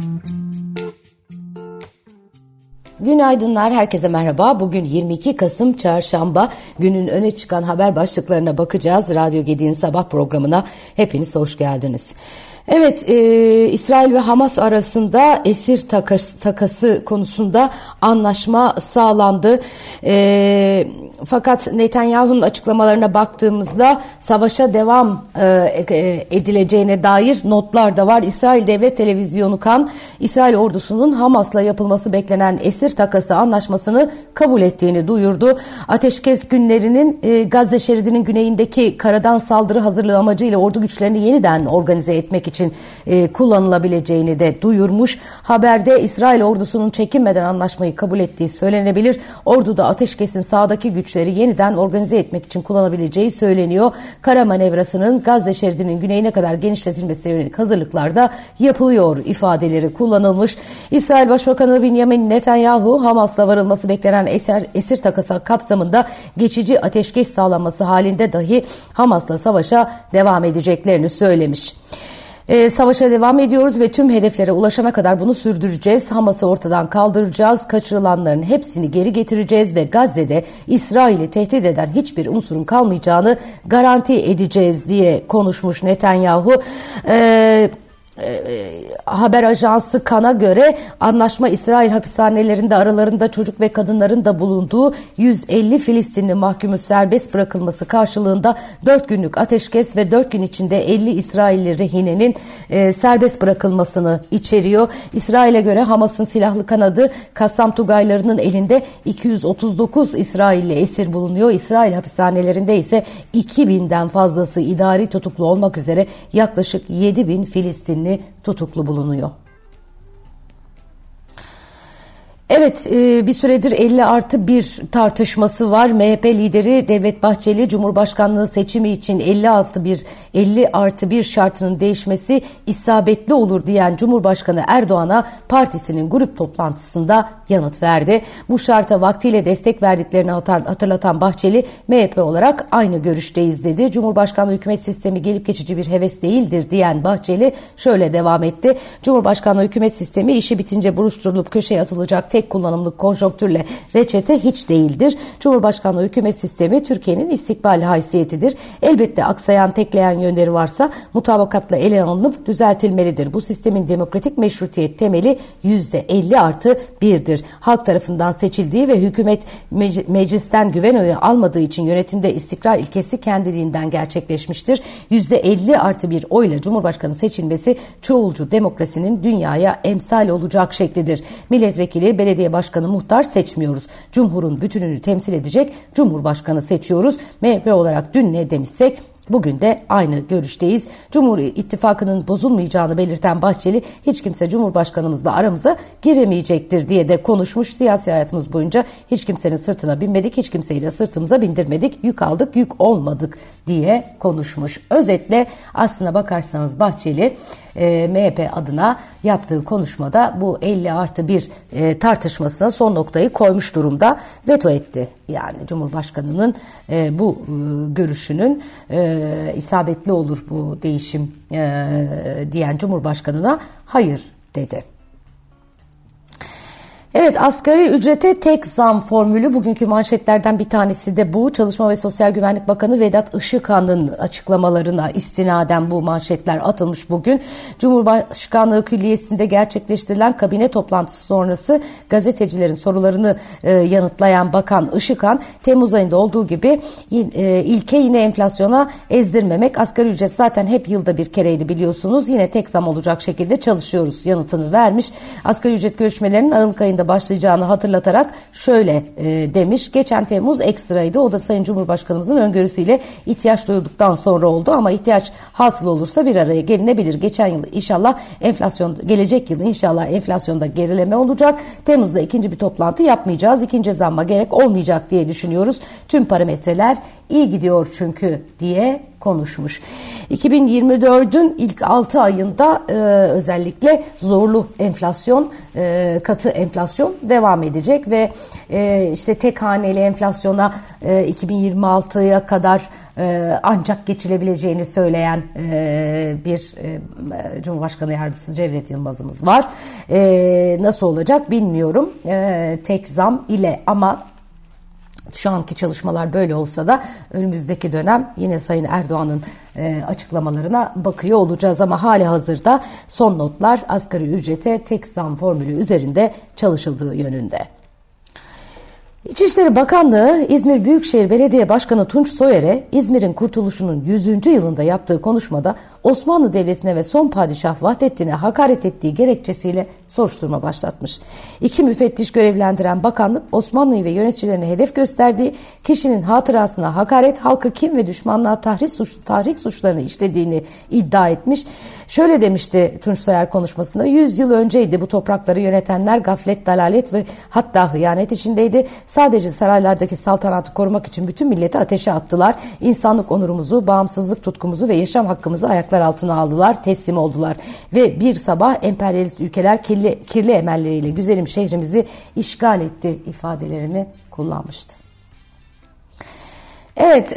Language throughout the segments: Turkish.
Günaydınlar, herkese merhaba. Bugün 22 Kasım Çarşamba. Günün öne çıkan haber başlıklarına bakacağız. Radyo Gedi'nin sabah programına hepiniz hoş geldiniz. Evet, İsrail ve Hamas arasında esir takası konusunda anlaşma sağlandı. Fakat Netanyahu'nun açıklamalarına baktığımızda savaşa devam edileceğine dair notlar da var. İsrail Devlet Televizyonu KAN, İsrail ordusunun Hamas'la yapılması beklenen esir takası anlaşmasını kabul ettiğini duyurdu. Ateşkes günlerinin Gazze şeridinin güneyindeki karadan saldırı hazırlığı amacıyla ordu güçlerini yeniden organize etmek için kullanılabileceğini de duyurmuş. Haberde İsrail ordusunun çekinmeden anlaşmayı kabul ettiği söylenebilir. Orduda ateşkesin sağdaki güçleri yeniden organize etmek için kullanabileceği söyleniyor. Kara manevrasının Gazze şeridinin güneyine kadar genişletilmesine yönelik hazırlıklar da yapılıyor ifadeleri kullanılmış. İsrail Başbakanı Benjamin Netanyahu, Hamas'la varılması beklenen esir takası kapsamında geçici ateşkes sağlanması halinde dahi Hamas'la savaşa devam edeceklerini söylemiş. Savaşa devam ediyoruz ve tüm hedeflere ulaşana kadar bunu sürdüreceğiz. Hamas'ı ortadan kaldıracağız, kaçırılanların hepsini geri getireceğiz ve Gazze'de İsrail'i tehdit eden hiçbir unsurun kalmayacağını garanti edeceğiz diye konuşmuş Netanyahu. Haber ajansı KAN'a göre anlaşma İsrail hapishanelerinde aralarında çocuk ve kadınların da bulunduğu 150 Filistinli mahkumun serbest bırakılması karşılığında 4 günlük ateşkes ve 4 gün içinde 50 İsrailli rehinenin serbest bırakılmasını içeriyor. İsrail'e göre Hamas'ın silahlı kanadı Kassam Tugaylarının elinde 239 İsrailli esir bulunuyor. İsrail hapishanelerinde ise 2000'den fazlası idari tutuklu olmak üzere yaklaşık 7000 Filistinli tutuklu bulunuyor. Evet, bir süredir 50+1 tartışması var. MHP lideri Devlet Bahçeli, Cumhurbaşkanlığı seçimi için 50+1 şartının değişmesi isabetli olur diyen Cumhurbaşkanı Erdoğan'a partisinin grup toplantısında yanıt verdi. Bu şarta vaktiyle destek verdiklerini hatırlatan Bahçeli, MHP olarak aynı görüşteyiz dedi. Cumhurbaşkanlığı hükümet sistemi gelip geçici bir heves değildir diyen Bahçeli şöyle devam etti. Cumhurbaşkanlığı hükümet sistemi işi bitince buruşturulup köşeye atılacak tek kullanımlık konjonktürle reçete hiç değildir. Cumhurbaşkanlığı hükümet sistemi Türkiye'nin istikbal haysiyetidir. Elbette aksayan, tekleyen yönleri varsa mutabakatla ele alınıp düzeltilmelidir. Bu sistemin demokratik meşrutiyet temeli %50+1'dir. Halk tarafından seçildiği ve hükümet meclisten güven oyu almadığı için yönetimde istikrar ilkesi kendiliğinden gerçekleşmiştir. %50+1 oyla Cumhurbaşkanı seçilmesi çoğulcu demokrasinin dünyaya emsal olacak şeklidir. Milletvekili, belediye başkanı, muhtar seçmiyoruz. Cumhurun bütününü temsil edecek Cumhurbaşkanı seçiyoruz. MHP olarak dün ne demişsek bugün de aynı görüşteyiz. Cumhur İttifakı'nın bozulmayacağını belirten Bahçeli, hiç kimse Cumhurbaşkanımızla aramıza giremeyecektir diye de konuşmuş. Siyasi hayatımız boyunca hiç kimsenin sırtına binmedik, hiç kimseyi de sırtımıza bindirmedik, yük aldık, yük olmadık diye konuşmuş. Özetle aslına bakarsanız Bahçeli MHP adına yaptığı konuşmada bu 50+1 tartışmasına son noktayı koymuş durumda, veto etti. Yani Cumhurbaşkanı'nın bu görüşünün isabetli olur bu değişim diyen Cumhurbaşkanı'na hayır dedi. Evet, asgari ücrete tek zam formülü, bugünkü manşetlerden bir tanesi de bu. Çalışma ve Sosyal Güvenlik Bakanı Vedat Işıkhan'ın açıklamalarına istinaden bu manşetler atılmış bugün. Cumhurbaşkanlığı Külliyesi'nde gerçekleştirilen kabine toplantısı sonrası gazetecilerin sorularını yanıtlayan Bakan Işıkhan, Temmuz ayında olduğu gibi ilke yine enflasyona ezdirmemek, asgari ücret zaten hep yılda bir kereydi biliyorsunuz, yine tek zam olacak şekilde çalışıyoruz yanıtını vermiş. Asgari ücret görüşmelerinin Aralık ayında başlayacağını hatırlatarak şöyle demiş. Geçen Temmuz ekstraydı. O da Sayın Cumhurbaşkanımızın öngörüsüyle ihtiyaç duyulduktan sonra oldu ama ihtiyaç hasıl olursa bir araya gelinebilir. Geçen yıl inşallah gelecek yıl inşallah enflasyonda gerileme olacak. Temmuz'da ikinci bir toplantı yapmayacağız. İkinci zamma gerek olmayacak diye düşünüyoruz. Tüm parametreler iyi gidiyor çünkü diye konuşmuş. 2024'ün ilk 6 ayında özellikle zorlu enflasyon, katı enflasyon devam edecek ve işte tek haneli enflasyona 2026'ya kadar ancak geçilebileceğini söyleyen bir Cumhurbaşkanı Yardımcısı Cevdet Yılmaz'ımız var. Nasıl olacak bilmiyorum. Tek zam ile ama şu anki çalışmalar böyle olsa da önümüzdeki dönem yine Sayın Erdoğan'ın açıklamalarına bakıyor olacağız ama hali hazırda son notlar asgari ücrete tek zam formülü üzerinde çalışıldığı yönünde. İçişleri Bakanlığı İzmir Büyükşehir Belediye Başkanı Tunç Soyer'e İzmir'in kurtuluşunun 100. yılında yaptığı konuşmada Osmanlı Devleti'ne ve son padişah Vahdettin'e hakaret ettiği gerekçesiyle soruşturma başlatmış. 2 müfettiş görevlendiren bakanlık Osmanlı'yı ve yöneticilerine hedef gösterdiği kişinin hatırasına hakaret, halkı kin ve düşmanlığa tahrik suçlarını işlediğini iddia etmiş. Şöyle demişti Tunç Soyer konuşmasında: 100 yıl önceydi bu toprakları yönetenler gaflet, dalalet ve hatta hıyanet içindeydi. Sadece saraylardaki saltanatı korumak için bütün milleti ateşe attılar. İnsanlık onurumuzu, bağımsızlık tutkumuzu ve yaşam hakkımızı ayaklar altına aldılar, teslim oldular. Ve bir sabah emperyalist ülkeler kirli emelleriyle güzelim şehrimizi işgal etti ifadelerini kullanmıştı. Evet,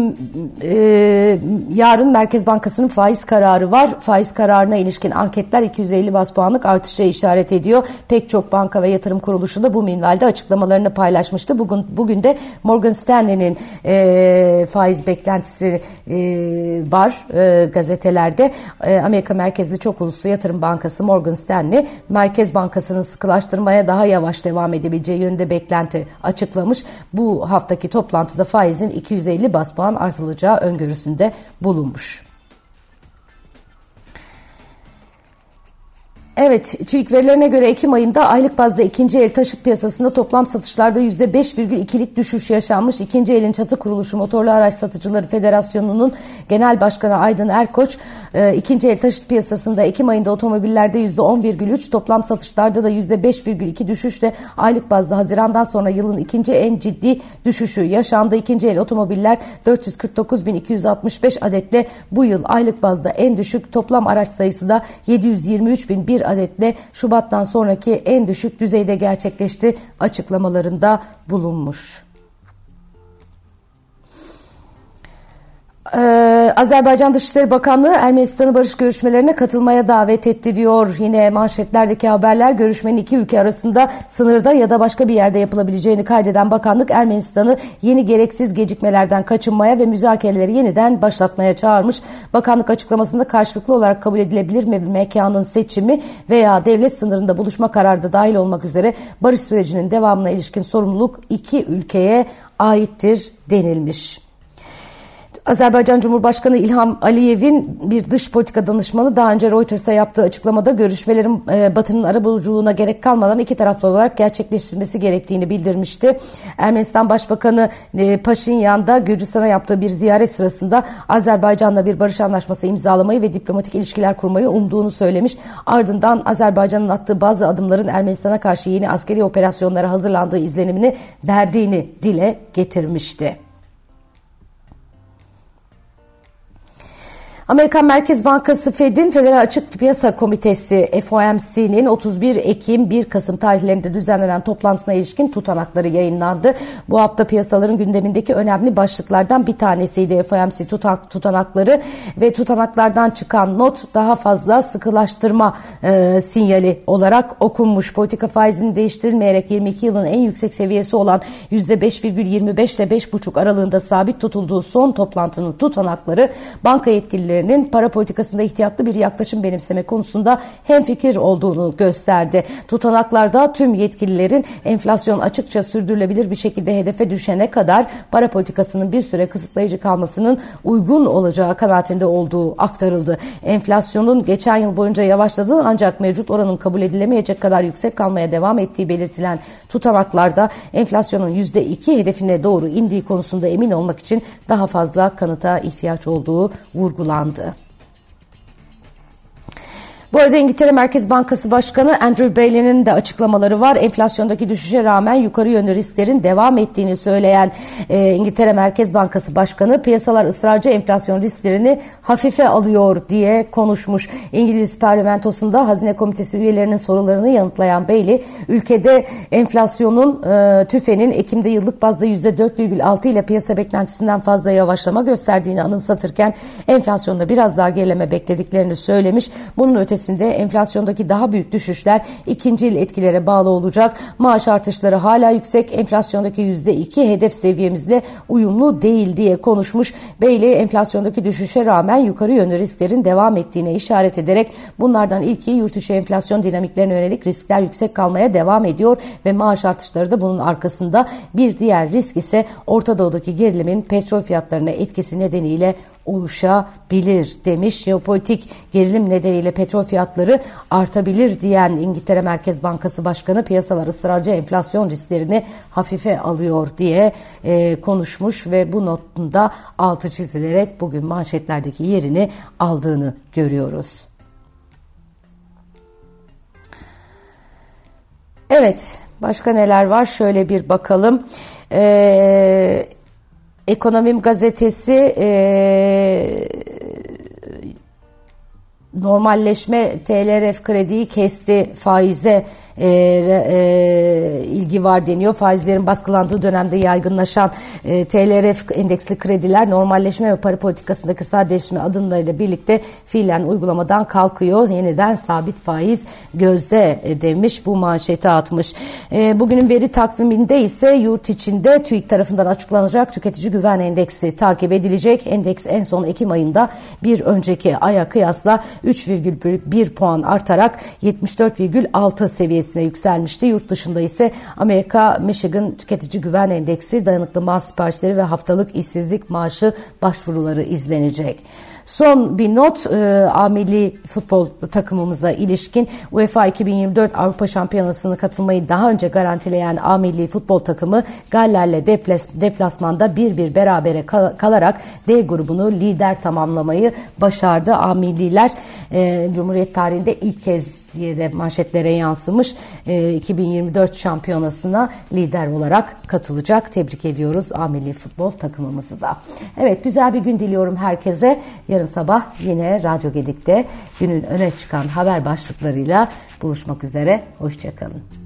yarın Merkez Bankası'nın faiz kararı var. Faiz kararına ilişkin anketler 250 bas puanlık artışa işaret ediyor. Pek çok banka ve yatırım kuruluşu da bu minvalde açıklamalarını paylaşmıştı. Bugün de Morgan Stanley'nin faiz beklentisi var gazetelerde. Amerika merkezli çok uluslu yatırım bankası Morgan Stanley, Merkez Bankası'nın sıkılaştırmaya daha yavaş devam edebileceği yönünde beklenti açıklamış. Bu haftaki toplantıda faizin 250 bas puan artılacağı öngörüsünde bulunmuş. Evet, TÜİK verilerine göre Ekim ayında aylık bazda ikinci el taşıt piyasasında toplam satışlarda %5,2'lik düşüş yaşanmış. İkinci elin çatı kuruluşu Motorlu Araç Satıcıları Federasyonu'nun Genel Başkanı Aydın Erkoç, ikinci el taşıt piyasasında Ekim ayında otomobillerde %10,3, toplam satışlarda da %5,2 düşüşle aylık bazda Haziran'dan sonra yılın ikinci en ciddi düşüşü yaşandı. İkinci el otomobiller 449.265 adetle bu yıl aylık bazda en düşük, toplam araç sayısı da 723.001 adetle Şubat'tan sonraki en düşük düzeyde gerçekleşti açıklamalarında bulunmuş. Azerbaycan Dışişleri Bakanlığı Ermenistan'ı barış görüşmelerine katılmaya davet etti diyor. Yine manşetlerdeki haberler, görüşmenin iki ülke arasında sınırda ya da başka bir yerde yapılabileceğini kaydeden bakanlık Ermenistan'ı yeni gereksiz gecikmelerden kaçınmaya ve müzakereleri yeniden başlatmaya çağırmış. Bakanlık açıklamasında karşılıklı olarak kabul edilebilir bir mekanın seçimi veya devlet sınırında buluşma kararı da dahil olmak üzere barış sürecinin devamına ilişkin sorumluluk iki ülkeye aittir denilmiş. Azerbaycan Cumhurbaşkanı İlham Aliyev'in bir dış politika danışmanı daha önce Reuters'a yaptığı açıklamada görüşmelerin Batı'nın arabuluculuğuna gerek kalmadan iki taraflı olarak gerçekleştirilmesi gerektiğini bildirmişti. Ermenistan Başbakanı Paşinyan da Gürcistan'a yaptığı bir ziyaret sırasında Azerbaycan'la bir barış anlaşması imzalamayı ve diplomatik ilişkiler kurmayı umduğunu söylemiş. Ardından Azerbaycan'ın attığı bazı adımların Ermenistan'a karşı yeni askeri operasyonlara hazırlandığı izlenimini verdiğini dile getirmişti. Amerikan Merkez Bankası Fed'in Federal Açık Piyasa Komitesi FOMC'nin 31 Ekim 1 Kasım tarihlerinde düzenlenen toplantısına ilişkin tutanakları yayınlandı. Bu hafta piyasaların gündemindeki önemli başlıklardan bir tanesiydi FOMC tutanakları ve tutanaklardan çıkan not daha fazla sıkılaştırma sinyali olarak okunmuş. Politika faizinin değiştirilmeyerek 22 yılın en yüksek seviyesi olan %5,25 ile 5,5 aralığında sabit tutulduğu son toplantının tutanakları banka yetkilileri para politikasında ihtiyatlı bir yaklaşım benimseme konusunda hemfikir olduğunu gösterdi. Tutanaklarda tüm yetkililerin enflasyon açıkça sürdürülebilir bir şekilde hedefe düşene kadar para politikasının bir süre kısıtlayıcı kalmasının uygun olacağı kanaatinde olduğu aktarıldı. Enflasyonun geçen yıl boyunca yavaşladığı ancak mevcut oranın kabul edilemeyecek kadar yüksek kalmaya devam ettiği belirtilen tutanaklarda enflasyonun %2 hedefine doğru indiği konusunda emin olmak için daha fazla kanıta ihtiyaç olduğu vurgulandı. Bu arada İngiltere Merkez Bankası Başkanı Andrew Bailey'nin de açıklamaları var. Enflasyondaki düşüşe rağmen yukarı yönlü risklerin devam ettiğini söyleyen İngiltere Merkez Bankası Başkanı, piyasalar ısrarcı enflasyon risklerini hafife alıyor diye konuşmuş. İngiliz parlamentosunda Hazine Komitesi üyelerinin sorularını yanıtlayan Bailey, ülkede enflasyonun TÜFE'nin Ekim'de yıllık bazda %4,6 ile piyasa beklentisinden fazla yavaşlama gösterdiğini anımsatırken enflasyonda biraz daha gerileme beklediklerini söylemiş. Bunun ötesinde enflasyondaki daha büyük düşüşler ikinci yıl etkilere bağlı olacak. Maaş artışları hala yüksek, enflasyondaki %2 hedef seviyemizle uyumlu değil diye konuşmuş. Bailey, enflasyondaki düşüşe rağmen yukarı yönlü risklerin devam ettiğine işaret ederek bunlardan ilki yurt içi enflasyon dinamiklerine yönelik riskler yüksek kalmaya devam ediyor ve maaş artışları da bunun arkasında. Bir diğer risk ise Orta Doğu'daki gerilimin petrol fiyatlarına etkisi nedeniyle oluşabilir demiş. Jeopolitik gerilim nedeniyle petrol fiyatları artabilir diyen İngiltere Merkez Bankası Başkanı, piyasalar ısrarcı enflasyon risklerini hafife alıyor diye konuşmuş ve bu notunda altı çizilerek bugün manşetlerdeki yerini aldığını görüyoruz. Evet, başka neler var? Şöyle bir bakalım. Ekonomim gazetesi normalleşme TLRF krediyi kesti, faize ilgi var deniyor. Faizlerin baskılandığı dönemde yaygınlaşan TLRF endeksli krediler normalleşme ve para politikasındaki sadeleşme adımlarıyla birlikte fiilen uygulamadan kalkıyor. Yeniden sabit faiz gözde demiş, bu manşeti atmış. Bugünün veri takviminde ise yurt içinde TÜİK tarafından açıklanacak tüketici güven endeksi takip edilecek. Endeks en son Ekim ayında bir önceki aya kıyasla 3,1 puan artarak 74,6 seviyesine yükselmişti. Yurt dışında ise Amerika Michigan Tüketici Güven Endeksi, dayanıklı mal siparişleri ve haftalık işsizlik maaşı başvuruları izlenecek. Son bir not, A milli futbol takımımıza ilişkin UEFA 2024 Avrupa Şampiyonası'na katılmayı daha önce garantileyen A milli futbol takımı Galler'le deplasmanda 1-1 berabere kalarak D grubunu lider tamamlamayı başardı. A milliler Cumhuriyet tarihinde ilk kez diye de manşetlere yansımış 2024 şampiyonasına lider olarak katılacak. Tebrik ediyoruz A milli futbol takımımızı da. Evet, güzel bir gün diliyorum herkese. Yarın sabah yine Radyo Gedik'te günün öne çıkan haber başlıklarıyla buluşmak üzere. Hoşça kalın.